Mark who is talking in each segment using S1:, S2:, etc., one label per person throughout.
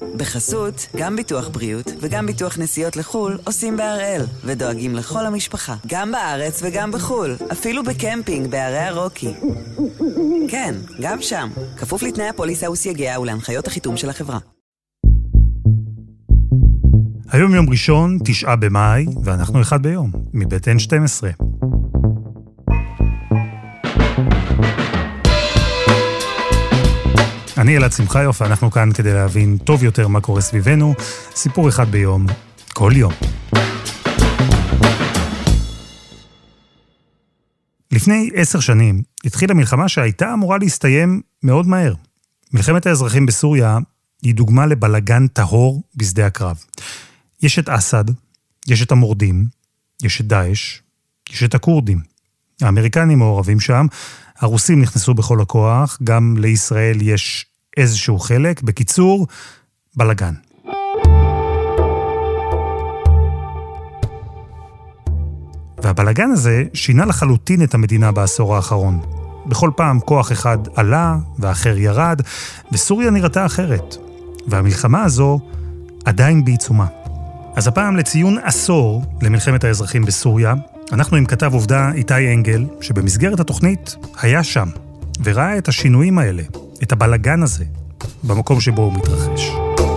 S1: בחסות, גם ביטוח בריאות וגם ביטוח נסיעות לחול עושים בהראל, ודואגים לכל המשפחה, גם בארץ וגם בחול, אפילו בקמפינג בערי הרוקי. כן, גם שם, כפוף לתנאי הפוליסה וסייגיה ולהנחיות החיתום של החברה.
S2: היום יום ראשון, 9 במאי, ואנחנו אחד ביום, מבית N12. אני אלעד שמחיוף, ואנחנו כאן כדי להבין טוב יותר מה קורה סביבנו. סיפור אחד ביום, כל יום. לפני 10 שנים התחילה מלחמה שהייתה אמורה להסתיים מאוד מהר. מלחמת האזרחים בסוריה היא דוגמה לבלגן טהור בשדה הקרב. יש את אסד, יש את המורדים, יש את דאעש, יש את הקורדים. האמריקנים מעורבים שם, הרוסים נכנסו בכל הכוח, גם לישראל יש איזשהו חלק. בקיצור, בלגן. והבלגן הזה שינה לחלוטין את המדינה בעשור האחרון. בכל פעם כוח אחד עלה ואחר ירד, וסוריה נראתה אחרת. והמלחמה הזו עדיין בעיצומה. אז הפעם לציון עשור למלחמת האזרחים בסוריה, אנחנו עם כתב עובדה איתי אנגל, שבמסגרת התוכנית היה שם, וראה את השינויים האלה, את הבלגן הזה, במקום שבו הוא מתרחש.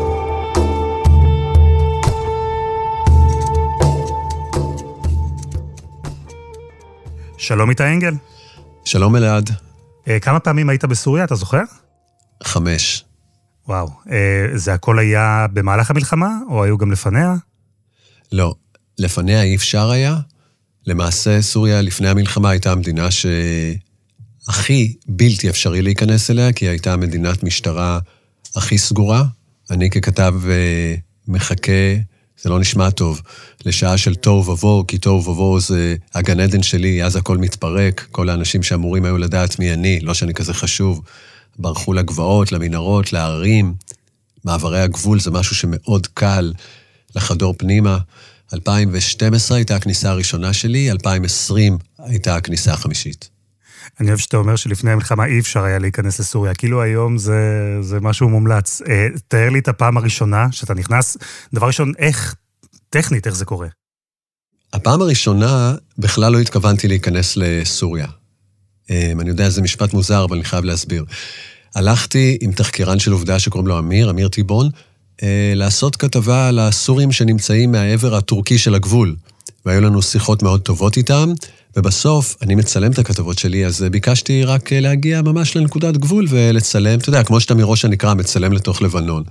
S2: שלום איתי אנגל.
S3: שלום אלעד.
S2: כמה פעמים היית בסוריה, אתה זוכר?
S3: 5.
S2: וואו, זה הכל היה במהלך המלחמה, או היו גם לפניה?
S3: לא, לפניה אי אפשר היה. למעשה, סוריה לפני המלחמה הייתה המדינה שהכי בלתי אפשרי להיכנס אליה, כי היא הייתה מדינת משטרה הכי סגורה. אני ככתב מחכה, זה לא נשמע טוב, לשעה של תוהו ובוהו, כי תוהו ובוהו זה הגן עדן שלי, אז הכל מתפרק, כל האנשים שאמורים היו לדעת מי אני, לא שאני כזה חשוב, ברחו לגבעות, למנהרות, להרים, מעברי הגבול, זה משהו שמאוד קל לחדור פנימה. 2012 הייתה הכניסה הראשונה שלי, 2020 הייתה הכניסה החמישית.
S2: אני אוהב שאתה אומר שלפני המלחמה אי אפשר היה להיכנס לסוריה, כאילו היום זה משהו מומלץ. תאר לי את הפעם הראשונה שאתה נכנס, דבר ראשון, טכנית, איך זה קורה?
S3: הפעם הראשונה בכלל לא התכוונתי להיכנס לסוריה. אני יודע, זה משפט מוזר, אבל אני חייב להסביר. הלכתי עם תחקירן של עובדה שקוראים לו אמיר טיבון, לעשות כתבה על הסורים שנמצאים מהעבר הטורקי של הגבול. והיו לנו שיחות מאוד טובות איתם, ובסוף אני מצלם את הכתבות שלי, אז ביקשתי רק להגיע ממש לנקודת גבול ולצלם, אתה יודע, כמו שאתה מראש הנקרא, מצלם לתוך לבנון.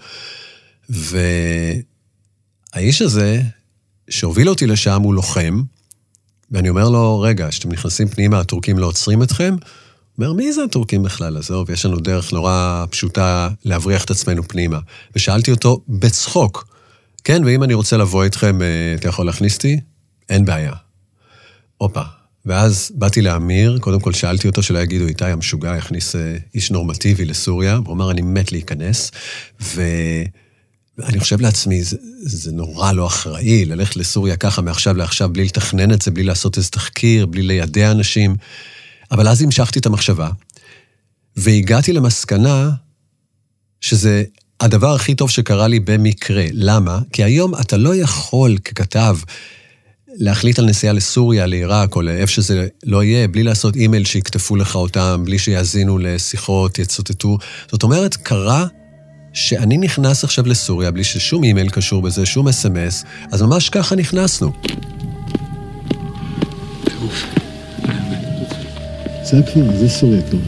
S3: והאיש הזה, שהוביל אותי לשם, הוא לוחם, ואני אומר לו, רגע, שאתם נכנסים פנימה, הטורקים לא עוצרים אתכם? הוא אומר, מי זה הטורקים בכלל? עזוב, יש לנו דרך נורא פשוטה להבריח את עצמנו פנימה. ושאלתי אותו בצחוק, כן, ואם אני רוצה לבוא איתכם, אתה יכול להכניס אותי? אין בעיה. אופה. ואז באתי לאמיר, קודם כל שאלתי אותו שלא יגידו, איתי המשוגע יכניס איש נורמטיבי לסוריה, הוא אמר, אני מת להיכנס, ואני חושב לעצמי, זה נורא לא אחראי, ללכת לסוריה ככה מעכשיו לעכשיו, בלי לתכנן את זה, בלי לעשות איזה תחקיר, בלי לידע אנשים, אבל אז המשכתי את המחשבה, והגעתי למסקנה שזה הדבר הכי טוב שקרה לי במקרה. למה? כי היום אתה לא יכול ככתב להחליט על נסיעה לסוריה, לעיראק או לאיפה שזה לא יהיה, בלי לעשות אימייל שיקטפו לך אותם, בלי שיאזינו לשיחות, יצוטטו. זאת אומרת, קרה שאני נכנס עכשיו לסוריה, בלי ששום אימייל קשור בזה, שום SMS, אז ממש ככה נכנסנו.
S4: זה הכפר, זה סוריה טוב.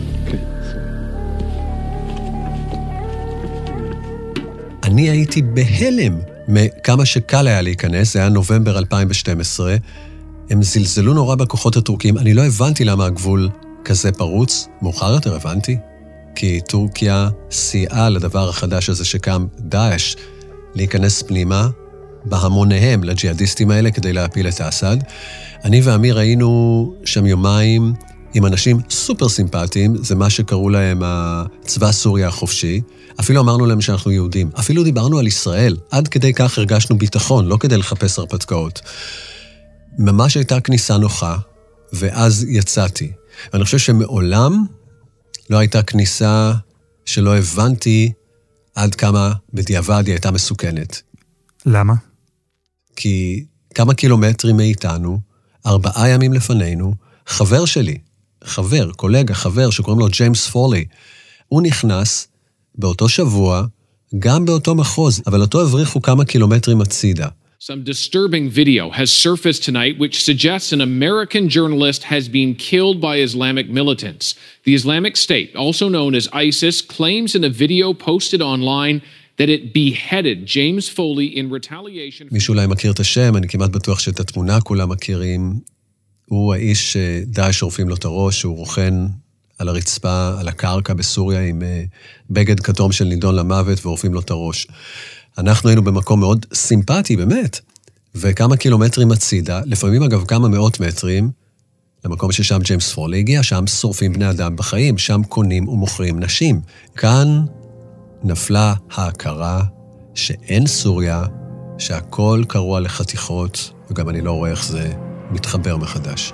S3: אני הייתי בהלם מכמה שקל היה להיכנס, זה היה נובמבר 2012, הם זלזלו נורא בכוחות הטורקים, אני לא הבנתי למה הגבול כזה פרוץ, מאוחר יותר הבנתי, כי טורקיה סייעה לדבר החדש הזה שקם דאעש, להיכנס פנימה בהמוניהם לג'יהאדיסטים האלה כדי להפיל את אסד. אני ואמיר היינו שם יומיים עם אנשים סופר סימפטיים, זה מה שקראו להם הצבא סוריה החופשי, אפילו אמרנו להם שאנחנו יהודים, אפילו דיברנו על ישראל, עד כדי כך הרגשנו ביטחון, לא כדי לחפש הרפתקאות. ממש הייתה כניסה נוחה, ואז יצאתי. ואני חושב שמעולם לא הייתה כניסה שלא הבנתי עד כמה בדיעבד היא הייתה מסוכנת.
S2: למה?
S3: כי כמה קילומטרים מאיתנו, 4 ימים לפנינו, חבר שלי, קולגה, שקוראים לו ג'יימס פולי, הוא נכנס באותו שבוע, גם באותו מחוז, אבל אותו הבריחו כמה קילומטרים הצידה.
S5: Some disturbing video has surfaced tonight which suggests an American journalist has been killed by Islamic militants. The Islamic State, also known as ISIS, claims in a video posted online that it beheaded James Foley in retaliation.
S3: מישהו אולי מכיר את השם, אני כמעט בטוח שאת התמונה כולם מכירים. הוא האיש שדאעש שורפים לו את הראש, הוא רוכן על הרצפה, על הקרקע בסוריה עם בגד כתום של נידון למוות ועורפים לו את הראש. אנחנו היינו במקום מאוד סימפטי, באמת, וכמה קילומטרים הצידה, לפעמים אגב כמה מאות מטרים, למקום ששם ג'יימס פולי הגיע, שם שורפים בני אדם בחיים, שם קונים ומוכרים נשים. כאן נפלה ההכרה שאין סוריה, שהכל קרוע לחתיכות, וגם אני לא רואה איך זה מתחבר מחדש.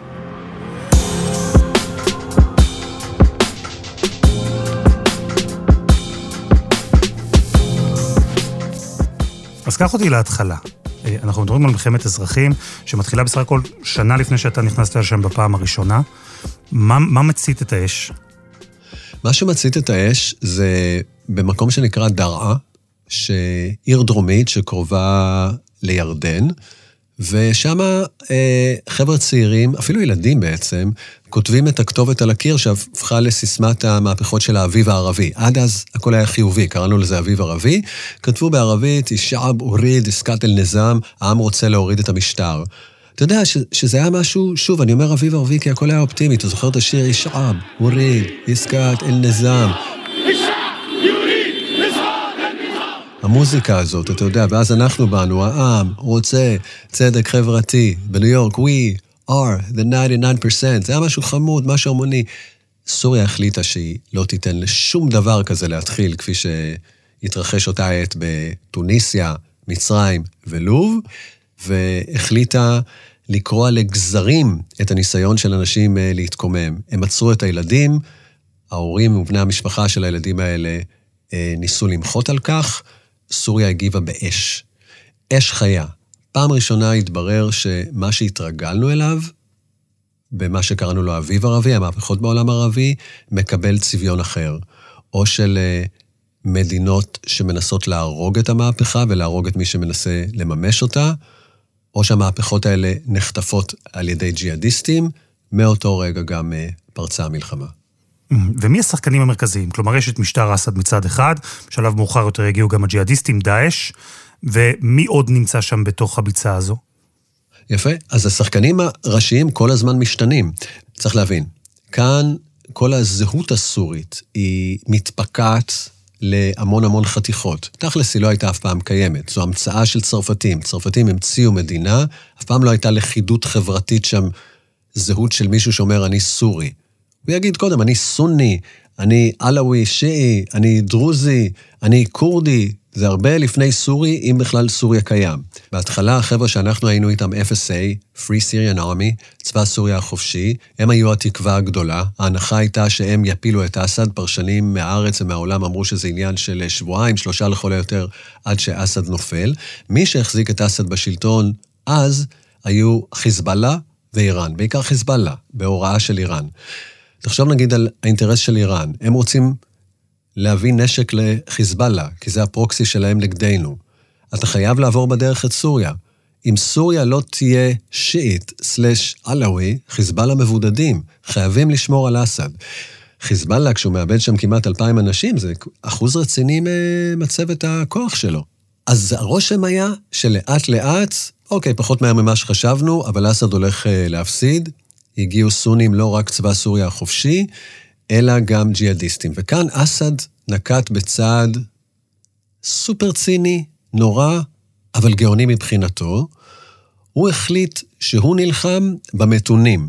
S2: אז קח אותי להתחלה. אנחנו מדברים על מלחמת אזרחים, שמתחילה בסך הכל שנה לפני שאתה נכנסת לשם בפעם הראשונה. מה מצית את האש?
S3: מה שמצית את האש זה במקום שנקרא דרעה, שעיר דרומית שקרובה לירדן, ושם חבר'ה צעירים, אפילו ילדים בעצם, כותבים את הכתובת על הקיר שהפכה לסיסמת המהפכות של האביב הערבי. עד אז הכל היה חיובי, קראנו לזה אביב ערבי. כתבו בערבית, אישעב אוריד, עסקת אל נזם, העם רוצה להוריד את המשטר. אתה יודע שזה היה משהו, שוב, אני אומר אביב ערבי כי הכל היה אופטימי. אתה זוכר את השיר, אישעב אוריד, עסקת אל נזם. המוזיקה הזאת, אתה יודע, ואז אנחנו באנו, העם רוצה צדק חברתי, בניו יורק, we are the 99%, זה היה משהו חמוד, משהו המוני. סוריה החליטה שהיא לא תיתן לשום דבר כזה להתחיל, כפי שהתרחש אותה עת בתוניסיה, מצרים ולוב, והחליטה לקרוא לגזרים את הניסיון של אנשים להתקומם. הם עצרו את הילדים, ההורים ובני המשפחה של הילדים האלה ניסו למחות על כך, סוריה הגיבה באש. אש חיה. פעם ראשונה התברר שמה שהתרגלנו אליו, במה שקראנו לו אביב ערבי, המהפכות בעולם הערבי, מקבל צביון אחר. או של מדינות שמנסות להרוג את המהפכה, ולהרוג את מי שמנסה לממש אותה, או שהמהפכות האלה נחטפות על ידי ג'יהאדיסטים, מאותו רגע גם פרצה המלחמה.
S2: ומי השחקנים המרכזיים? כלומר, יש את משטר אסד מצד אחד, בשלב מאוחר יותר הגיעו גם הג'יהאדיסטים, דאעש, ומי עוד נמצא שם בתוך הביצה הזו?
S3: יפה, אז השחקנים הראשיים כל הזמן משתנים. צריך להבין, כאן כל הזהות הסורית היא מתפקעת להמון המון חתיכות. תכלס היא לא הייתה אף פעם קיימת, זו המצאה של צרפתים. צרפתים המציאו מדינה, אף פעם לא הייתה לכידות חברתית שם, זהות של מישהו שאומר אני סורי. הוא יגיד קודם, אני סוני, אני אלווי, שיעי, אני דרוזי, אני קורדי, זה הרבה לפני סורי, אם בכלל סוריה קיים. בהתחלה, החבר'ה שאנחנו היינו איתם FSA, Free Syrian Army, צבא סוריה החופשי, הם היו התקווה הגדולה, ההנחה הייתה שהם יפילו את אסד, פרשנים מהארץ ומהעולם אמרו שזה עניין של 2-3 לכל היותר, עד שאסד נופל. מי שהחזיק את אסד בשלטון, אז היו חיזבאללה ואיראן, בעיקר חיזבאללה, בהוראה של איראן. תחשוב נגיד על האינטרס של איראן, הם רוצים להביא נשק לחיזבאללה, כי זה הפרוקסי שלהם נגדנו. אתה חייב לעבור בדרך את סוריה. אם סוריה לא תהיה שיעית /אלווי, חיזבאללה מבודדים, חייבים לשמור על אסד. חיזבאללה, כשהוא מאבד שם כמעט 2,000 אנשים, זה אחוז רציני ממצבת הכוח שלו. אז הרושם היה שלאט לאט, אוקיי, פחות מהר ממה שחשבנו, אבל אסד הולך להפסיד, הגיעו סונים לא רק צבא סוריה החופשי, אלא גם ג'יהאדיסטים. וכאן אסד נקט בצעד סופר ציני, נורא, אבל גאוני מבחינתו. הוא החליט שהוא נלחם במתונים.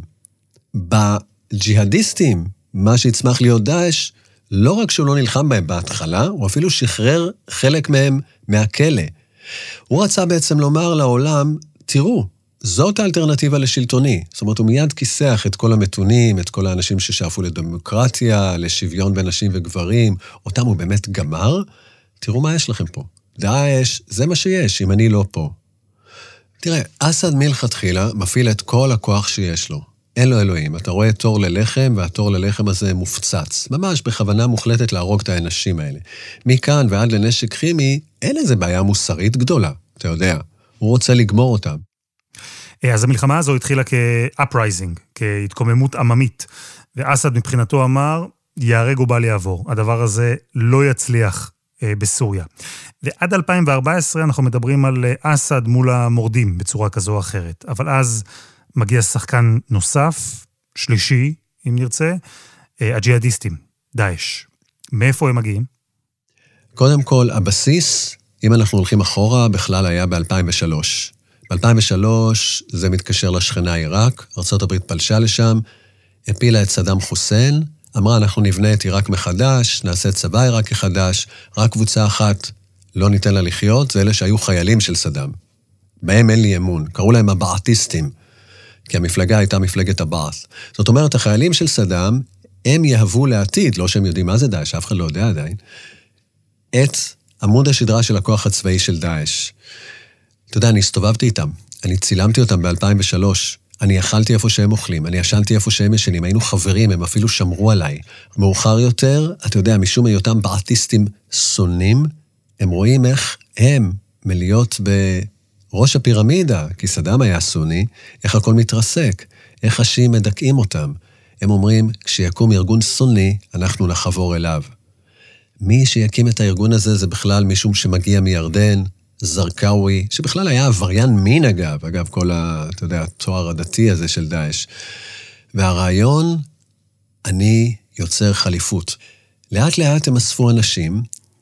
S3: בג'יהאדיסטים, מה שהצמח להיות דאעש, לא רק שהוא לא נלחם בהם בהתחלה, הוא אפילו שחרר חלק מהם מהכלא. הוא רצה בעצם לומר לעולם, תראו, זאת האלטרנטיבה לשלטוני. זאת אומרת, הוא מיד כיסח את כל המתונים, את כל האנשים ששאפו לדמוקרטיה, לשוויון בין נשים וגברים, אותם הוא באמת גמר. תראו מה יש לכם פה. דאעש, זה מה שיש, אם אני לא פה. תראה, אסד מלכתחילה מפעיל את כל הכוח שיש לו. אין לו אלוהים. אתה רואה תור ללחם, והתור ללחם הזה מופצץ. ממש בכוונה מוחלטת להרוג את האנשים האלה. מכאן ועד לנשק כימי, אין איזה בעיה מוסרית גדולה, אתה יודע. הוא רוצה לגמור אותם.
S2: אז המלחמה הזו התחילה כ-uprising, כהתקוממות עממית. ואסד מבחינתו אמר, יהרג ובל יעבור. הדבר הזה לא יצליח בסוריה. ועד 2014 אנחנו מדברים על אסד מול המורדים בצורה כזו או אחרת. אבל אז מגיע שחקן נוסף, שלישי, אם נרצה, הג'יהאדיסטים, דאעש. מאיפה הם מגיעים?
S3: קודם כל, הבסיס, אם אנחנו הולכים אחורה, בכלל היה ב-2003. ב-2003 זה מתקשר לשכנה עיראק, ארצות הברית פלשה לשם, הפילה את סדאם חוסיין, אמרה, אנחנו נבנה את עיראק מחדש, נעשה צבא עיראקי חדש, רק קבוצה אחת לא ניתן לה לחיות, זה אלה שהיו חיילים של סדאם. בהם אין לי אמון, קראו להם הבעתיסטים, כי המפלגה הייתה מפלגת הבעת'. זאת אומרת, החיילים של סדאם, הם יהוו לעתיד, לא שהם יודעים מה זה דאעש, אף אחד לא יודע עדיין, את עמוד השדרה של הכוח הצבאי של דאעש. אתה יודע, אני הסתובבתי איתם, אני צילמתי אותם ב-2003, אני אכלתי איפה שהם אוכלים, אני ישנתי איפה שהם ישנים, היינו חברים, הם אפילו שמרו עליי. מאוחר יותר, אתה יודע, משום היותם בעתיסטים שונאים, הם רואים איך הם מלהיות בראש הפירמידה, כי סדאם היה סוני, איך הכל מתרסק, איך השיעים מדכאים אותם. הם אומרים, כשיקום ארגון סוני, אנחנו נחבור אליו. מי שיקים את הארגון הזה זה בכלל מישהו שמגיע מירדן, זרקאווי, שבכלל היה עבריין מין אגב כל אתה יודע, התואר הדתי הזה של דאעש. והרעיון, אני יוצר חליפות. לאט לאט הם אספו אנשים,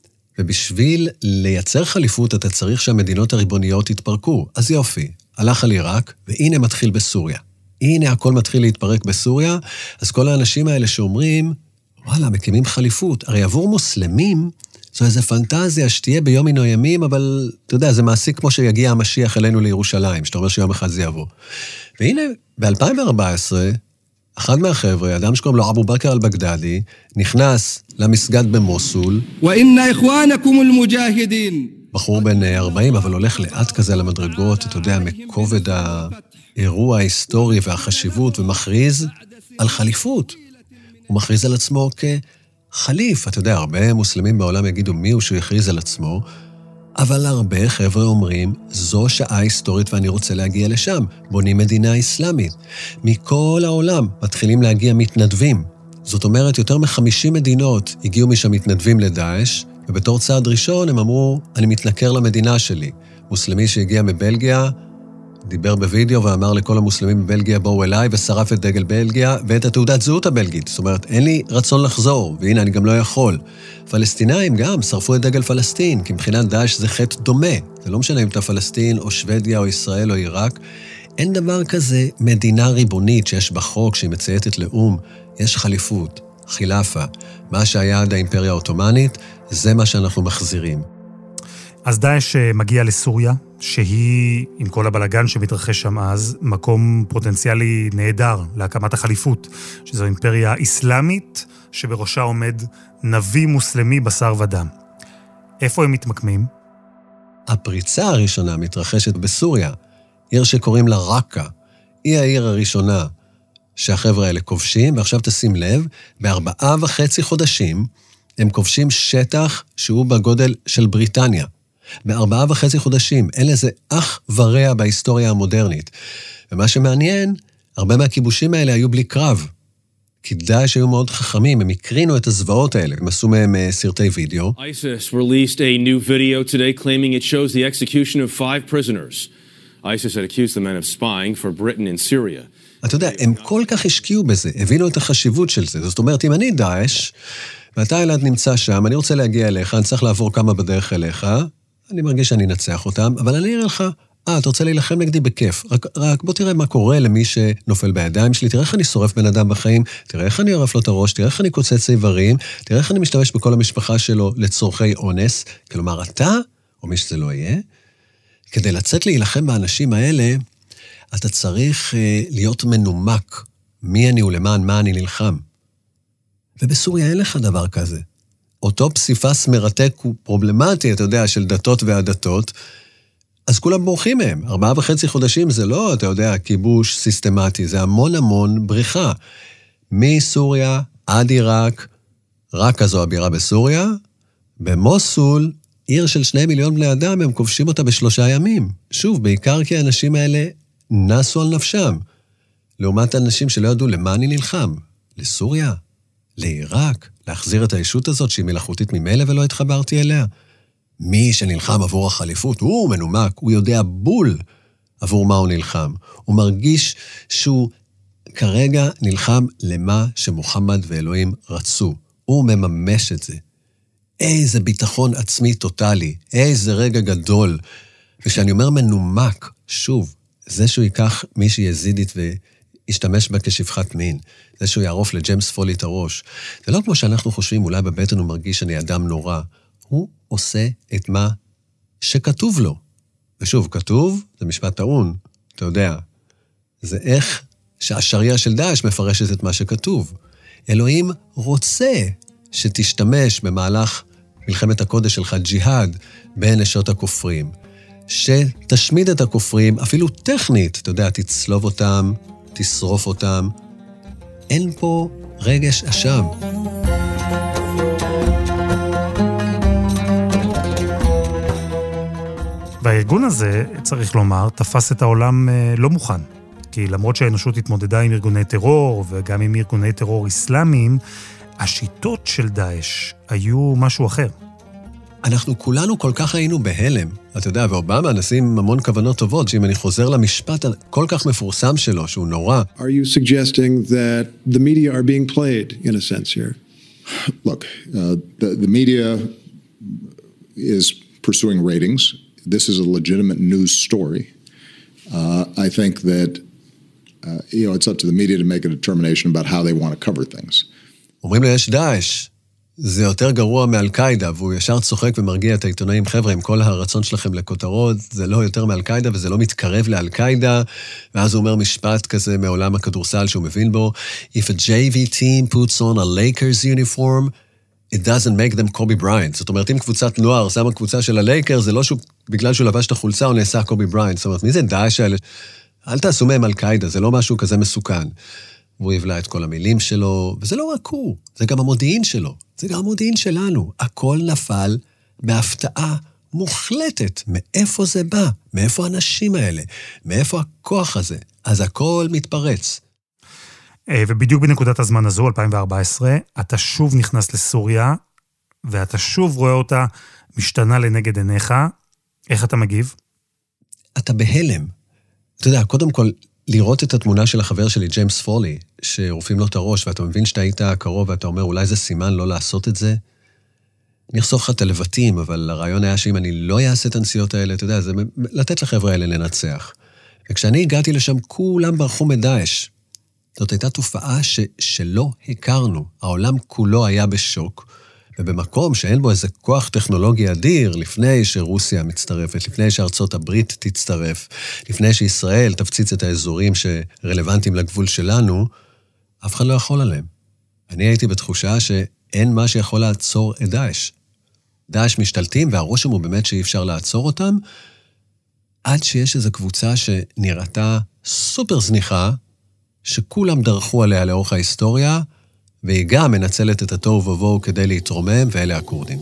S3: ובשביל לייצר חליפות אתה צריך שהמדינות הריבוניות יתפרקו. אז יופי, הלך על עיראק, והנה מתחיל בסוריה. הנה הכל מתחיל להתפרק בסוריה, אז כל האנשים האלה שאומרים, וואלה, מקימים חליפות. הרי עבור מוסלמים, זו איזו פנטזיה שתהיה ביום מן הימים, אבל אתה יודע, זה מעסיק כמו שיגיע המשיח אלינו לירושלים, שאתה אומר שיום אחד זה יבוא. והנה, ב-2014, אחד מהחבר'ה, אדם שקוראים לו אבו בכר אל-בגדדי, נכנס למסגד במוסול. ואינה איחואנקום אל-מוג'אהדין. בחור בן 40, אבל הולך לאט כזה למדרגות, אתה יודע, מכובד האירוע ההיסטורי והחשיבות, ומכריז על חליפות. הוא מכריז על עצמו כחליף. אתה יודע, הרבה מוסלמים בעולם יגידו מיהו שהוא יכריז על עצמו, אבל הרבה חבר'ה אומרים, זו שעה היסטורית ואני רוצה להגיע לשם. בונים מדינה אסלאמית. מכל העולם מתחילים להגיע מתנדבים. זאת אומרת, יותר מ-50 מדינות הגיעו משם מתנדבים לדאעש, ובתור צעד ראשון הם אמרו, אני מתנכר למדינה שלי. מוסלמי שהגיע מבלגיה, דיבר בווידאו ואמר לכל המוסלמים בבלגיה בואו אליי, ושרף את דגל בלגיה ואת התעודת זהות הבלגית. זאת אומרת, אין לי רצון לחזור, והנה אני גם לא יכול. פלסטינאים גם שרפו את דגל פלסטין, כי מבחינת דאעש זה חטא דומה. זה לא משנה אם אתה פלסטין או שוודיה או ישראל או עיראק. אין דבר כזה מדינה ריבונית שיש בחוק שהיא מצייתת לאום. יש חליפות, חילאפה. מה שהיה עד האימפריה האוטומנית, זה מה שאנחנו מחזירים.
S2: אז דאעש מגיע לסוריה, שהיא, עם כל הבלגן שמתרחש שם אז, מקום פוטנציאלי נהדר להקמת החליפות, שזו אימפריה אסלאמית, שבראשה עומד נביא מוסלמי בשר ודם. איפה הם מתמקמים?
S3: הפריצה הראשונה מתרחשת בסוריה, עיר שקוראים לה רקה. היא העיר הראשונה שהחבר'ה האלה כובשים, ועכשיו תשים לב, ב4.5 חודשים הם כובשים שטח שהוא בגודל של בריטניה. ב4.5 חודשים, אין לזה אח ורע בהיסטוריה המודרנית. ומה שמעניין, הרבה מהכיבושים האלה היו בלי קרב. כי דאעש היו מאוד חכמים, הם הקרינו את הזוועות האלה, הם עשו מהם סרטי וידאו.
S6: ISIS released a new video today claiming it shows the execution of 5 prisoners. ISIS had accused the men of spying for Britain in Syria.
S3: אתה יודע, הם כל כך השקיעו בזה, הבינו את החשיבות של זה. זאת אומרת, אם אני דאעש, ואתה אלעד נמצא שם, אני רוצה להגיע אליך, אני צריך לעבור כמה בדרך אליך, אני מרגיש שאני אנצח אותם, אבל אני אראה לך, אתה רוצה להילחם נגדי בכיף, רק בוא תראה מה קורה למי שנופל בידיים שלי, תראה איך אני שורף בן אדם בחיים, תראה איך אני עורף לו את הראש, תראה איך אני קוצץ איברים, תראה איך אני משתמש בכל המשפחה שלו לצורכי אונס, כלומר אתה, או מי שזה לא יהיה, כדי לצאת להילחם באנשים האלה, אתה צריך להיות מנומק, מי אני ולמען מה אני נלחם. ובסוריה אין לך דבר כזה. אותו פסיפס מרתק הוא פרובלמטי, אתה יודע, של דתות ועדתות, אז כולם בורחים מהם. 4.5 חודשים זה לא, אתה יודע, כיבוש סיסטמטי, זה המון המון בריחה. מסוריה עד עיראק, רקה זו הבירה בסוריה, במוסול, עיר של 2 מיליון בני אדם, הם כובשים אותה ב3 ימים. שוב, בעיקר כי האנשים האלה נסו על נפשם. לעומת האנשים שלא ידעו למה אני נלחם. לסוריה, לעיראק, להחזיר את הישות הזאת שהיא מלאכותית ממילא ולא התחברתי אליה. מי שנלחם עבור החליפות, הוא מנומק, הוא יודע בול עבור מה הוא נלחם. הוא מרגיש שהוא כרגע נלחם למה שמוחמד ואלוהים רצו. הוא מממש את זה. איזה ביטחון עצמי טוטלי, איזה רגע גדול. וכשאני אומר מנומק, שוב, זה שהוא ייקח מישהי יזידית וישתמש בה כשפחת מין, זה שהוא יערוף לג'יימס פולי את הראש. זה לא כמו שאנחנו חושבים, אולי בבטן הוא מרגיש שאני אדם נורא. הוא עושה את מה שכתוב לו. ושוב, כתוב, זה משפט טעון, אתה יודע. זה איך שהשריעה של דאעש מפרשת את מה שכתוב. אלוהים רוצה שתשתמש במהלך מלחמת הקודש שלך, ג'יהאד, בין נשות הכופרים. שתשמיד את הכופרים, אפילו טכנית, אתה יודע, תצלוב אותם, תשרוף אותם. אין פה רגש אשם.
S2: והארגון הזה, צריך לומר, תפס את העולם לא מוכן. כי למרות שהאנושות התמודדה עם ארגוני טרור, וגם עם ארגוני טרור אסלאמיים, השיטות של דאעש היו משהו אחר.
S3: אנחנו כולנו כל כך היינו בהלם. אתה יודע, ואובמה נשים המון כוונות טובות, שאם אני חוזר למשפט כל כך מפורסם שלו, שהוא נורא.
S4: Are you suggesting that the media are being played in a sense here?
S7: Look, the media is pursuing ratings. This is a legitimate news story. I think that, it's up to the media to make a determination about how they want to cover things.
S3: אומרים לו, יש דאעש. זה יותר גרוע מאל-קאידה, והוא ישר צוחק ומרגיע את העיתונאים, חבר'ה, עם כל הרצון שלכם לכותרות, זה לא יותר מאל-קאידה, וזה לא מתקרב לאל-קאידה, ואז הוא אומר משפט כזה מעולם הכדורסל שהוא מבין בו, If a JV team puts on a Lakers uniform, it doesn't make them Kobe Bryant. זאת אומרת, אם קבוצת נוער שמה קבוצה של הלייקר, זה לא בגלל שהוא לבש את החולצה, הוא נעשה קובי בריינט. זאת אומרת, מי זה דאעש האלה? אל תעשו מהם אל-קאידה, זה לא משהו כזה מסוכן. והוא יבלע את כל המילים שלו, וזה לא רק הוא, זה גם המודיעין שלו, זה גם המודיעין שלנו. הכל נפל בהפתעה מוחלטת. מאיפה זה בא? מאיפה האנשים האלה? מאיפה הכוח הזה? אז הכל מתפרץ.
S2: ובדיוק בנקודת הזמן הזו, 2014, אתה שוב נכנס לסוריה, ואתה שוב רואה אותה משתנה לנגד עיניך. איך אתה מגיב?
S3: אתה בהלם. אתה יודע, קודם כל, לראות את התמונה של החבר שלי, ג'יימס פולי, שרופאים לו את הראש, ואתה מבין שאתה היית קרוב, ואתה אומר, אולי זה סימן לא לעשות את זה. אני אחסוך לך את הלבטים, אבל הרעיון היה שאם אני לא אעשה את הנסיעות האלה, אתה יודע, זה לתת לחבר'ה האלה לנצח. וכשאני הגעתי לשם, כולם ברחו מדאעש. זאת הייתה תופעה שלא הכרנו. העולם כולו היה בשוק, ובמקום שאין בו איזה כוח טכנולוגי אדיר, לפני שרוסיה מצטרפת, לפני שארצות הברית תצטרף, לפני שישראל תפציץ את האזורים שרלוונטיים לגבול שלנו, אף אחד לא יכול עליהם. אני הייתי בתחושה שאין מה שיכול לעצור את דאעש. דאעש משתלטים, והרושם הוא באמת שאי אפשר לעצור אותם, עד שיש איזו קבוצה שנראתה סופר זניחה, שכולם דרכו עליה לאורך ההיסטוריה, והיא גם מנצלת את התוהו ובוהו כדי להתרומם, ואלה הכורדים.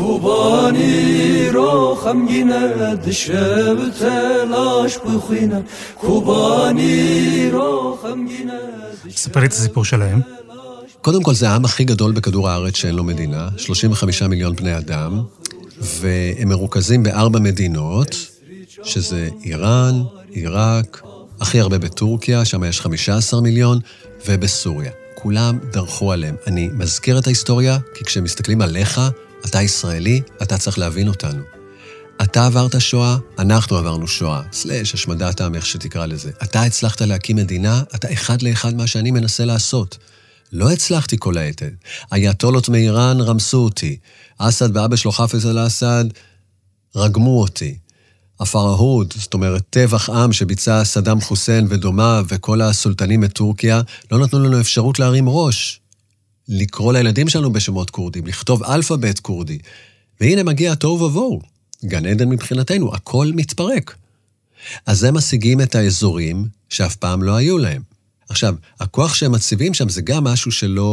S2: ספר לי את הסיפור שלהם.
S3: קודם כל, זה העם הכי גדול בכדור הארץ שאין לו מדינה, 35 מיליון בני אדם, והם מרוכזים ב4 מדינות, שזה איראן, עיראק, הכי הרבה בטורקיה, שם יש 15 מיליון, ובסוריה. כולם דרכו עליהם. אני מזכיר את ההיסטוריה, כי כשמסתכלים עליך, אתה ישראלי, אתה צריך להבין אותנו. אתה עברת שואה, אנחנו עברנו שואה, השמדת העם, איך שתקרא לזה. אתה הצלחת להקים מדינה, אתה אחד לאחד מה שאני מנסה לעשות. לא הצלחתי כל היתד. האייתולות מאיראן רמסו אותי. אסד ואבא שלו חאפז אל-אסד רגמו אותי. הפרהוד, זאת אומרת, טבח עם שביצע סדאם חוסיין ודומה וכל הסולטנים מטורקיה, לא נתנו לנו אפשרות להרים ראש. לקרוא לילדים שלנו בשמות קורדים, לכתוב אלפבית קורדי. והנה מגיע התוהו ובוהו. גן עדן מבחינתנו, הכל מתפרק. אז הם משיגים את האזורים שאף פעם לא היו להם. עכשיו, הכוח שהם מציבים שם זה גם משהו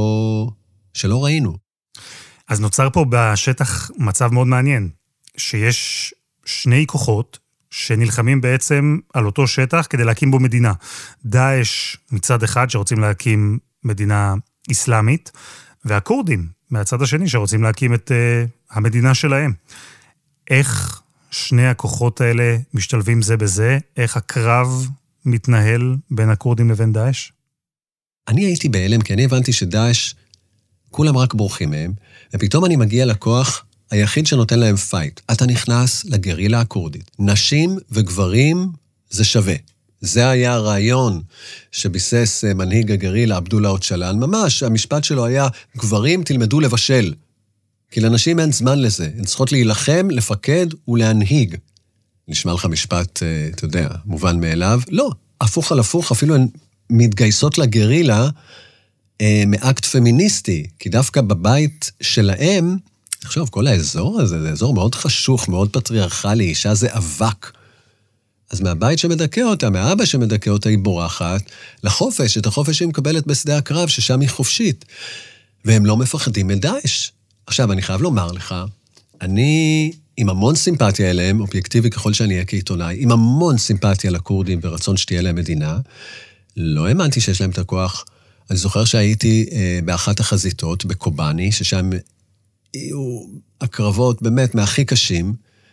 S3: שלא ראינו.
S2: אז נוצר פה בשטח מצב מאוד מעניין, שיש שני כוחות שנלחמים בעצם על אותו שטח כדי להקים בו מדינה. דאעש מצד אחד שרוצים להקים מדינה אסלאמית, והקורדים מהצד השני שרוצים להקים את המדינה שלהם. איך שני הכוחות האלה משתלבים זה בזה? איך הקרב מתנהל בין הקורדים לבין דאעש?
S3: אני הייתי בהלם, כי אני הבנתי שדאעש, כולם רק בורחים מהם, ופתאום אני מגיע לכוח היחיד שנותן להם פייט. אתה נכנס לגרילה הקורדית. נשים וגברים זה שווה. זה היה הרעיון שביסס מנהיג הגרילה, עבדולה אוצ'לן. ממש, המשפט שלו היה, גברים תלמדו לבשל. כי לנשים אין זמן לזה. הן צריכות להילחם, לפקד ולהנהיג. נשמע לך משפט, אתה יודע, מובן מאליו? לא, הפוך על הפוך, אפילו הן מתגייסות לגרילה מאקט פמיניסטי, כי דווקא בבית שלהם, עכשיו, כל האזור הזה, זה אזור מאוד חשוך, מאוד פטריארכלי, אישה זה אבק. אז מהבית שמדכא אותה, מהאבא שמדכא אותה, היא בורחת לחופש, את החופש היא מקבלת בשדה הקרב, ששם היא חופשית. והם לא מפחדים מדאעש. עכשיו, אני חייב לומר לך, אני עם המון סימפתיה אליהם, אובייקטיבי ככל שאני אהיה כעיתונאי, עם המון סימפתיה לקורדים ורצון שתהיה להם מדינה, לא האמנתי שיש להם את הכוח. אני זוכר שהייתי באחת החזיתות, בקובאני, ששם היו הקרבות באמת מהכי קשים,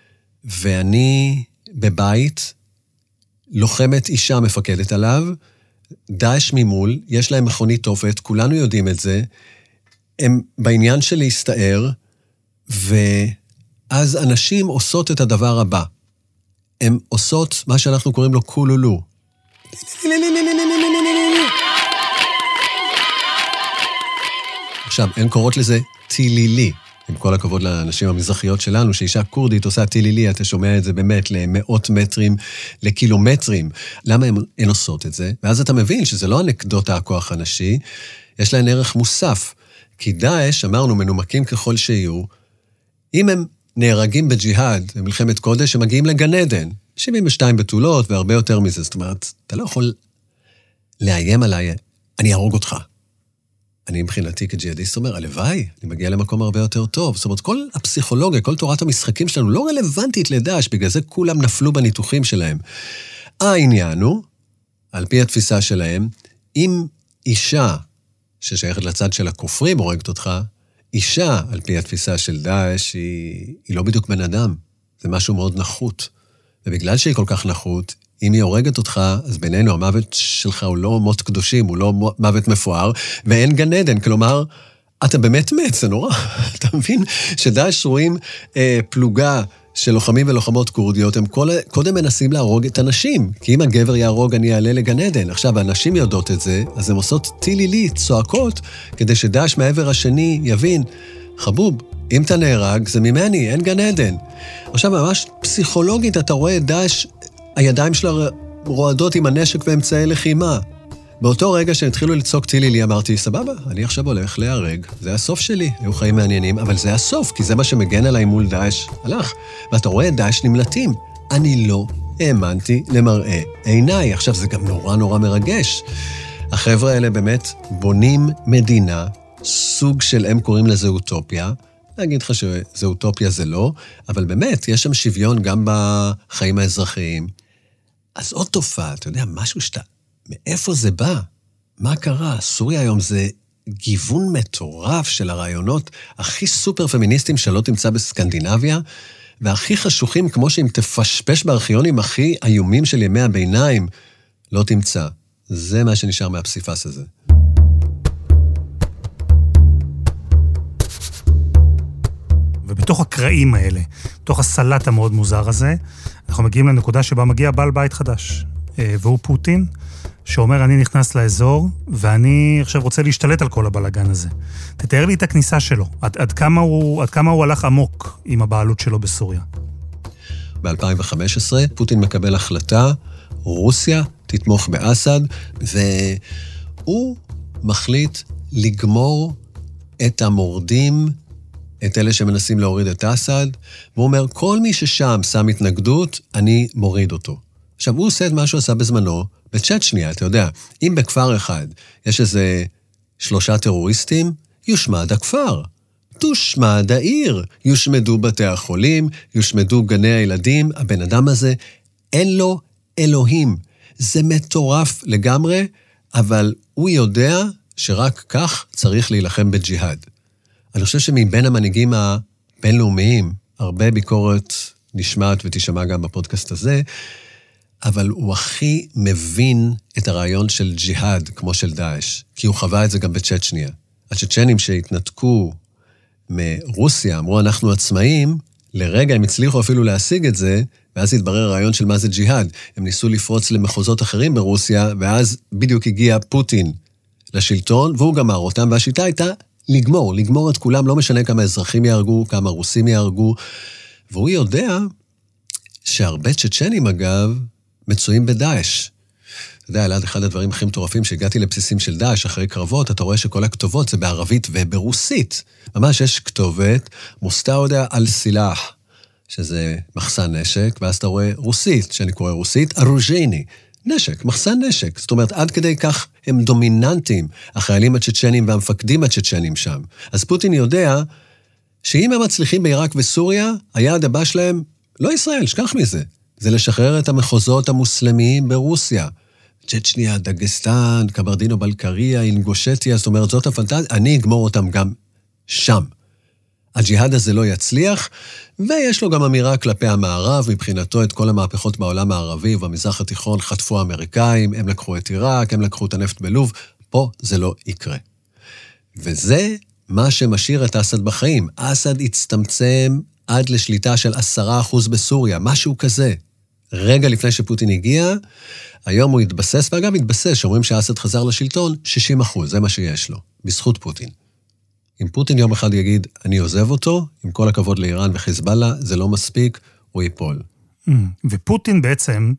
S3: ואני בבית, לוחמת אישה מפקדת עליו, דאעש ממול, יש להם מכונית תופת, כולנו יודעים את זה, הם בעניין של להסתער, ואז אנשים עושות את הדבר הבא. הם עושות מה שאנחנו קוראים לו קולולו. עכשיו, הן קוראות לזה טילילי. עם כל הכבוד לאנשים המזרחיות שלנו, שאישה קורדית עושה טילילי, אתה שומע את זה באמת למאות מטרים, לקילומטרים. למה הן עושות את זה? ואז אתה מבין שזה לא אנקדוטה הכוח הנשי, יש להן ערך מוסף. כי דאעש, אמרנו, מנומקים ככל שיהיו, אם הם נהרגים בג'יהאד, במלחמת קודש, הם מגיעים לגן עדן. 72 בתולות והרבה יותר מזה. זאת אומרת, אתה לא יכול לאיים עליי, אני ארוג אותך. אני מבחינתי כג'יהאדיסט אומר, הלוואי, אני מגיע למקום הרבה יותר טוב. זאת אומרת, כל הפסיכולוגיה, כל תורת המשחקים שלנו לא רלוונטית לדאעש, בגלל זה כולם נפלו בניתוחים שלהם. העניין הוא, על פי התפיסה שלהם, אם אישה ששייכת לצד של הכופרים הורגת אותך, אישה, על פי התפיסה של דאעש, היא לא בדיוק בן אדם. זה משהו מאוד נחות. ובגלל שהיא כל כך נחות, אם היא הורגת אותך, אז בינינו המוות שלך הוא לא מות קדושים, הוא לא מוות מפואר, ואין גן עדן. כלומר, אתה באמת מת, זה נורא. אתה מבין שדאעש רואים פלוגה של לוחמים ולוחמות קורדיות, הם קודם מנסים להרוג את הנשים, כי אם הגבר יהרוג, אני אעלה לגן עדן. עכשיו, הנשים יודעות את זה, אז הן עושות טילילי, צועקות, כדי שדאעש מהעבר השני יבין, חבוב, אם אתה נהרג, זה ממני, אין גן עדן. עכשיו, ממש פסיכולוגית, אתה רואה את דאעש, הידיים שלה רועדות עם הנשק ואמצעי לחימה. באותו רגע שהתחילו לצעוק טילילי, אמרתי, סבבה, אני עכשיו הולך להיהרג, זה הסוף שלי, היו חיים מעניינים, אבל זה הסוף, כי זה מה שמגן עליי מול דאעש. הלך, ואתה רואה את דאעש נמלטים. אני לא האמנתי למראה עיניי. עכשיו, זה גם נורא נורא מרגש. החבר'ה האלה באמת בונים מדינה, סוג של, הם קוראים לזה אוטופיה, להגיד לך שזה אוטופיה זה לא, אבל באמת, יש שם שוויון גם בחיים האזרחיים. אז עוד תופעה, אתה יודע, משהו שאתה, מאיפה זה בא? מה קרה? סוריה היום זה גיוון מטורף של הרעיונות הכי סופר פמיניסטיים שלא תמצא בסקנדינביה, והכי חשוכים, כמו שאם תפשפש בארכיונים הכי איומים של ימי הביניים, לא תמצא. זה מה שנשאר מהפסיפס הזה.
S2: ובתוך הקרעים האלה, בתוך הסלט המאוד מוזר הזה, אנחנו מגיעים לנקודה שבה מגיע בעל בית חדש, והוא פוטין, שאומר, אני נכנס לאזור, ואני עכשיו רוצה להשתלט על כל הבלגן הזה. תתאר לי את הכניסה שלו, עד כמה הוא הלך עמוק עם הבעלות שלו בסוריה.
S3: ב-2015, פוטין מקבל החלטה, רוסיה תתמוך באסד, והוא מחליט לגמור את המורדים, את אלה שמנסים להוריד את אסד, והוא אומר, כל מי ששם שם התנגדות, אני מוריד אותו. עכשיו, הוא עושה את מה שהוא עשה בזמנו, בצ'צ'ניה, אתה יודע, אם בכפר אחד יש איזה 3 טרוריסטים, יושמד הכפר. תושמד העיר, יושמדו בתי החולים, יושמדו גני הילדים, הבן אדם הזה, אין לו אלוהים. זה מטורף לגמרי, אבל הוא יודע שרק כך צריך להילחם בג'יהאד. אני חושב שמבין המנהיגים הבינלאומיים, הרבה ביקורת נשמעת ותשמע גם בפודקאסט הזה, אבל הוא הכי מבין את הרעיון של ג'יהאד, כמו של דאעש, כי הוא חווה את זה גם בצ'צ'ניה. הצ'צ'נים שהתנתקו מרוסיה, אמרו אנחנו עצמאים, לרגע הם הצליחו אפילו להשיג את זה, ואז התברר הרעיון של מה זה ג'יהאד. הם ניסו לפרוץ למחוזות אחרים ברוסיה, ואז בדיוק הגיע פוטין לשלטון, והוא גמר אותם, והשיטה הייתה לגמור את כולם, לא משנה כמה אזרחים יהרגו, כמה רוסים יהרגו, והוא יודע שהרבה צ'צ'נים אגב, מצויים בדאעש. אתה יודע, אלעד, אחד הדברים הכי מטורפים שהגעתי לבסיסים של דאעש אחרי קרבות, אתה רואה שכל הכתובות זה בערבית וברוסית. ממש יש כתובת, מוסטאודה על סילח, שזה מחסן נשק, ואז אתה רואה רוסית, שאני קורא רוסית, ארוז'יני, נשק, מחסן נשק. זאת אומרת, עד כדי כך הם דומיננטים, החיילים הצ'צ'נים והמפקדים הצ'צ'נים שם. אז פוטין יודע שאם הם מצליחים בעיראק וסוריה, היעד הבא שלהם, לא ישראל, שכח מזה. זה לשחרר את המחוזות המוסלמיים ברוסיה. צ'צ'ניה, דגסטן, קברדינו בלקריה, אינגושטיה, זאת אומרת, זאת הפנטזיה, אני אגמור אותם גם שם. הג'יהאד הזה לא יצליח, ויש לו גם אמירה כלפי המערב, מבחינתו את כל המהפכות בעולם הערבי ובמזרח התיכון חטפו האמריקאים, הם לקחו את עיראק, הם לקחו את הנפט בלוב, פה זה לא יקרה. וזה מה שמשאיר את אסד בחיים. אסד הצטמצם עד לשליטה של 10% בסוריה, משהו כזה. רגע לפני שפוטין הגיע, היום הוא התבסס, ואגב התבסס, שאומרים שאסד חזר לשלטון, 60%, זה מה שיש לו, בזכות פוטין. אם פוטין יום אחד יגיד, אני עוזב אותו, עם כל הכבוד לאיראן וחיזבאללה, זה לא מספיק, הוא ייפול.
S2: ופוטין בעצם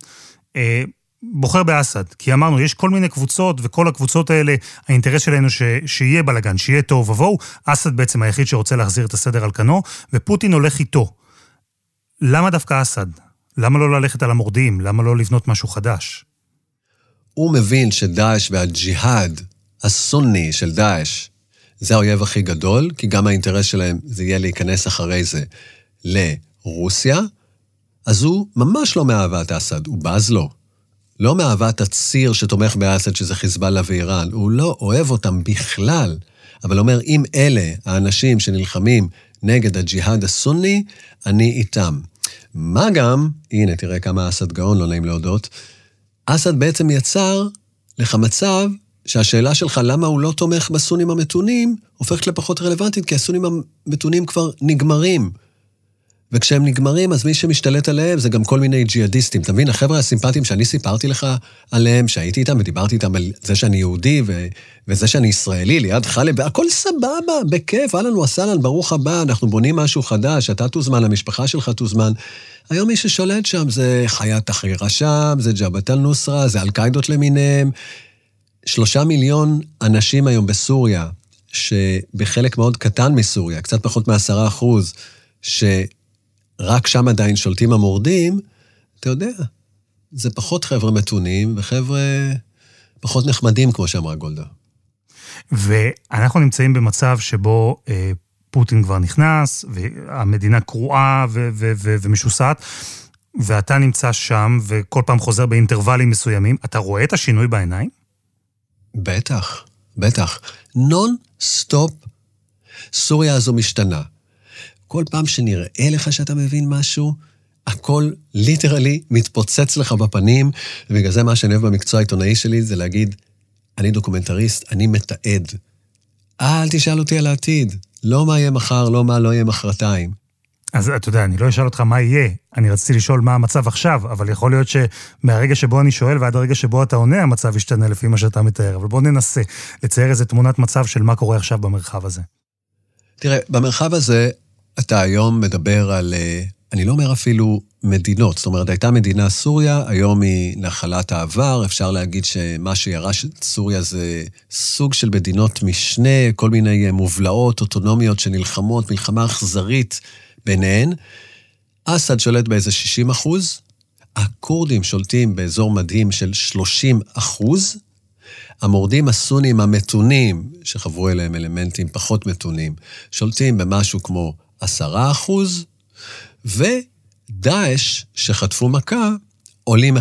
S2: בוחר באסד, כי אמרנו, יש כל מיני קבוצות, וכל הקבוצות האלה, האינטרס שלנו שיהיה בלגן, שיהיה טוב ובואו, אסד בעצם היחיד שרוצה להחזיר את הסדר על כנו, ופוטין הולך איתו. למה דווקא אסד? למה לא ללכת על המורדים? למה לא לבנות משהו חדש?
S3: הוא מבין שדאעש והג'יהאד הסוני של דאעש, זה האויב הכי גדול, כי גם האינטרס שלהם זה יהיה להיכנס אחרי זה לרוסיה, אז הוא ממש לא מאהבת אסד, הוא בז לו. לא מאהבת הציר שתומך באסד, שזה חיזבאללה ואיראן, הוא לא אוהב אותם בכלל, אבל אומר, אם אלה האנשים שנלחמים נגד הג'יהאד הסוני, אני איתם. מה גם, הנה תראה כמה אסד גאון, לא נעים להודות, אסד בעצם יצר לך מצב שהשאלה שלך למה הוא לא תומך בסונים המתונים, הופכת לפחות רלוונטית, כי הסונים המתונים כבר נגמרים. וכשהם נגמרים, אז מי שמשתלט עליהם זה גם כל מיני ג'יהאדיסטים. אתה מבין, החבר'ה הסימפטיים שאני סיפרתי לך עליהם, שהייתי איתם ודיברתי איתם על זה שאני יהודי וזה שאני ישראלי, ליד חלב, הכל סבבה, בכיף, אהלן וסהלן, ברוך הבא, אנחנו בונים משהו חדש, אתה תוזמן, המשפחה שלך תוזמן. היום מי ששולט שם זה חיית תחריר שם, זה ג'בהת אל-נוסרה, זה אל-קאידות למיניהם. 3 מיליון אנשים היום בסוריה, שבחלק מאוד קטן מסוריה, קצת פחות מ10%, שרק שם עדיין שולטים המורדים, אתה יודע, זה פחות חבר'ה מתונים, וחבר'ה פחות נחמדים, כמו שאמרה גולדה.
S2: ואנחנו נמצאים במצב שבו פוטין כבר נכנס, והמדינה קרועה ומשוסעת, ואתה נמצא שם, וכל פעם חוזר באינטרוולים מסוימים, אתה רואה את השינוי בעיניים?
S3: בטח, בטח. נון סטופ, סוריה הזו משתנה. כל פעם שנראה לך שאתה מבין משהו, הכל ליטרלי מתפוצץ לך בפנים, ובגלל זה מה שאני אוהב במקצוע העיתונאי שלי, זה להגיד, אני דוקומנטריסט, אני מתעד. אל תשאל אותי על העתיד. לא מה יהיה מחר, לא מה לא יהיה מחרתיים.
S2: אז אתה יודע, אני לא אשאל אותך מה יהיה, אני רציתי לשאול מה המצב עכשיו, אבל יכול להיות שמהרגע שבו אני שואל ועד הרגע שבו אתה עונה, המצב ישתנה לפי מה שאתה מתאר, אבל בוא ננסה לצייר איזה תמונת מצב של מה קורה עכשיו במרחב הזה.
S3: תראה, במרחב הזה אתה היום מדבר על אני לא אומר אפילו מדינות, זאת אומרת, הייתה מדינה סוריה, היום היא נחלת העבר, אפשר להגיד שמה שירש את סוריה זה סוג של מדינות משנה, כל מיני מובלעות, אוטונומיות שנלחמות, מלחמה אכזרית ביניהן. אסד שולט באיזה 60%, הקורדים שולטים באזור מדהים של 30%, המורדים הסונים המתונים, שחברו אליהם אלמנטים פחות מתונים, שולטים במשהו כמו 10%, ודאעש שחטפו מכה, עולים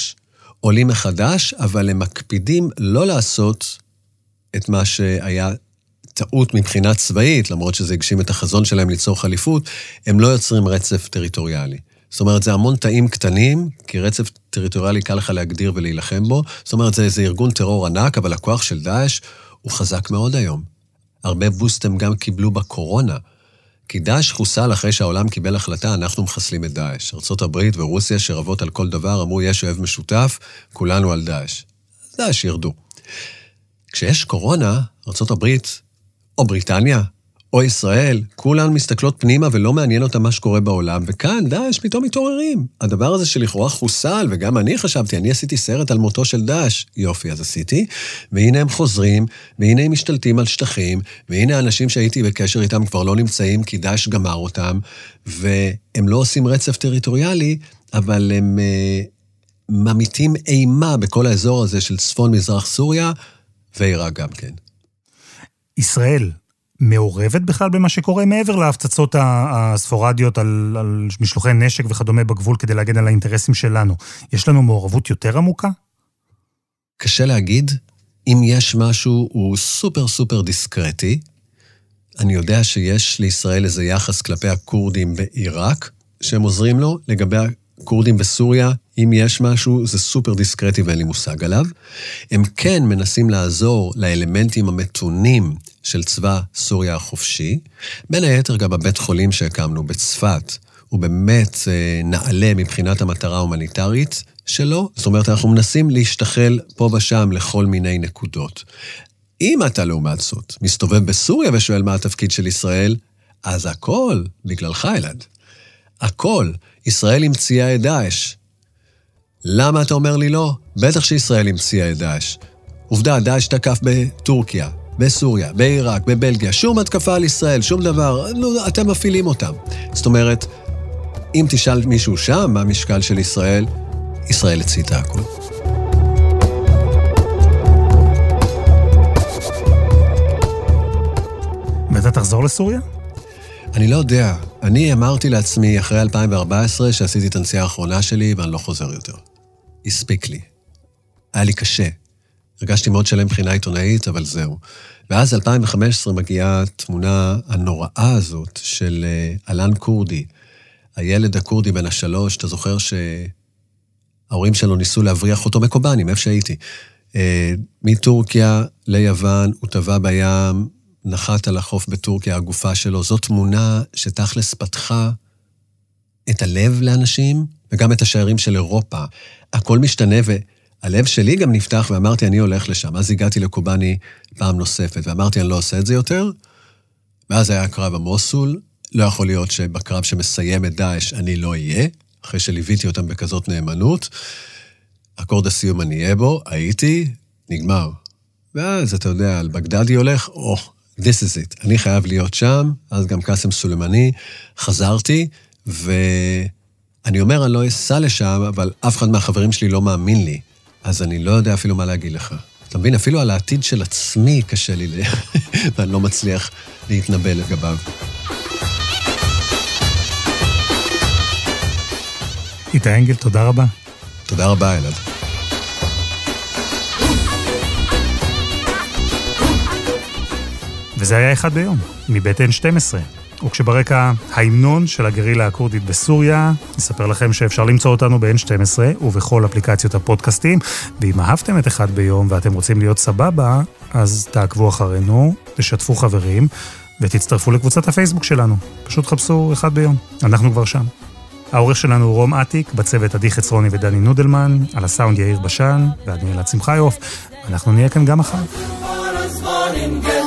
S3: מחדש, אבל הם מקפידים לא לעשות את מה שהיה טעות מבחינה צבאית, למרות שזה הגשים את החזון שלהם ליצור חליפות, הם לא יוצרים רצף טריטוריאלי. זאת אומרת, זה המון תאים קטנים, כי רצף טריטוריאלי קל לך להגדיר ולהילחם בו. זאת אומרת, זה ארגון טרור ענק, אבל הכוח של דאעש הוא חזק מאוד היום. הרבה בוסטים גם קיבלו בקורונה, כי דאעש חוסל אחרי שהעולם קיבל החלטה, אנחנו מחסלים את דאעש. ארצות הברית ורוסיה שרבות על כל דבר, אמרו, יש אוהב משותף, כולנו על דאעש. דאעש ירדו. כשיש קורונה, ארצות הברית, או בריטניה, או ישראל, כולן מסתכלות פנימה ולא מעניין אותם מה שקורה בעולם, וכאן דאעש פתאום מתעוררים. הדבר הזה שלכאורה חוסל, וגם אני חשבתי, אני עשיתי סרט על מותו של דאעש, יופי, אז עשיתי, והנה הם חוזרים, והנה הם משתלטים על שטחים, והנה האנשים שהייתי בקשר איתם כבר לא נמצאים, כי דאעש גמר אותם, והם לא עושים רצף טריטוריאלי, אבל הם ממיתים אימה בכל האזור הזה של צפון מזרח סוריה, ועיראק גם כן.
S2: ישראל מעורבת בכלל במה שקורה מעבר להפצצות הספורדיות על משלוחי נשק וכדומה בגבול כדי להגן על האינטרסים שלנו. יש לנו מעורבות יותר עמוקה?
S3: קשה להגיד. אם יש משהו, הוא סופר סופר דיסקרטי. אני יודע שיש לישראל איזה יחס כלפי הקורדים בעיראק, שהם עוזרים לו. לגבי הקורדים בסוריה, אם יש משהו, זה סופר דיסקרטי ואין לי מושג עליו. הם כן מנסים לעזור לאלמנטים המתונים של צבא סוריה החופשי. בין היתר גם בבית חולים שהקמנו בצפת, הוא באמת נעלה מבחינת המטרה ההומניטרית שלו. זאת אומרת, אנחנו מנסים להשתחל פה ושם לכל מיני נקודות. אם אתה לעומת זאת מסתובב בסוריה ושואל מה התפקיד של ישראל, אז הכל בגללך, אלעד. הכל. ישראל המציאה את דאעש. למה אתה אומר לי לא? בטח שישראל המציאה את דאעש. עובדה, דאעש תקף בטורקיה, בסוריה, בעיראק, בבלגיה, שום התקפה על ישראל, שום דבר, אתם מפעילים אותם. זאת אומרת, אם תשאל מישהו שם מה המשקל של ישראל, ישראל הציתה הכל.
S2: ואתה תחזור לסוריה?
S3: אני לא יודע. אני אמרתי לעצמי אחרי 2014 שעשיתי את הנסיעה האחרונה שלי ואני לא חוזר יותר. הספיק לי. היה לי קשה. הרגשתי מאוד שלם מבחינה עיתונאית, אבל זהו. ואז 2015 מגיעה התמונה הנוראה הזאת של אלן קורדי, הילד הקורדי בן 3, אתה זוכר שההורים שלו ניסו להבריח אותו מקובנים, איפה שהייתי. מטורקיה ליוון, הוא טבע בים, נחת על החוף בטורקיה, הגופה שלו. זאת תמונה שתכלס פתחה את הלב לאנשים, וגם את השערים של אירופה. הכל משתנה, והלב שלי גם נפתח, ואמרתי, אני הולך לשם. אז הגעתי לקובני פעם נוספת, ואמרתי, אני לא עושה את זה יותר. ואז היה הקרב המוסול. לא יכול להיות שבקרב שמסיים את דאעש אני לא אהיה, אחרי שליוויתי אותם בכזאת נאמנות. אקורד הסיום אני אהיה בו, הייתי, נגמר. ואז אתה יודע, על בגדדי הולך, this is it. אני חייב להיות שם, אז גם קאסם סולימני, חזרתי, ואני אומר, אני לא אסע לשם, אבל אף אחד מהחברים שלי לא מאמין לי, אז אני לא יודע אפילו מה להגיד לך. אתה מבין, אפילו על העתיד של עצמי קשה לי, ואני לא מצליח להתנבא לגביו.
S2: איתי אנגל, תודה רבה.
S3: תודה רבה, אלעד.
S2: וזה היה אחד ביום, מבית N12. וכשברקע ההמנון של הגרילה הקורדית בסוריה, נספר לכם שאפשר למצוא אותנו ב-N12 ובכל אפליקציות הפודקאסטים, ואם אהבתם את אחד ביום ואתם רוצים להיות סבבה, אז תעקבו אחרינו, תשתפו חברים, ותצטרפו לקבוצת הפייסבוק שלנו. פשוט חפשו אחד ביום, אנחנו כבר שם. העורך שלנו הוא רום עתיק, בצוות עדי חצרוני ודני נודלמן, על הסאונד יאיר בשן, ואני אלעד שמחיוף, אנחנו נהיה כאן גם מחר.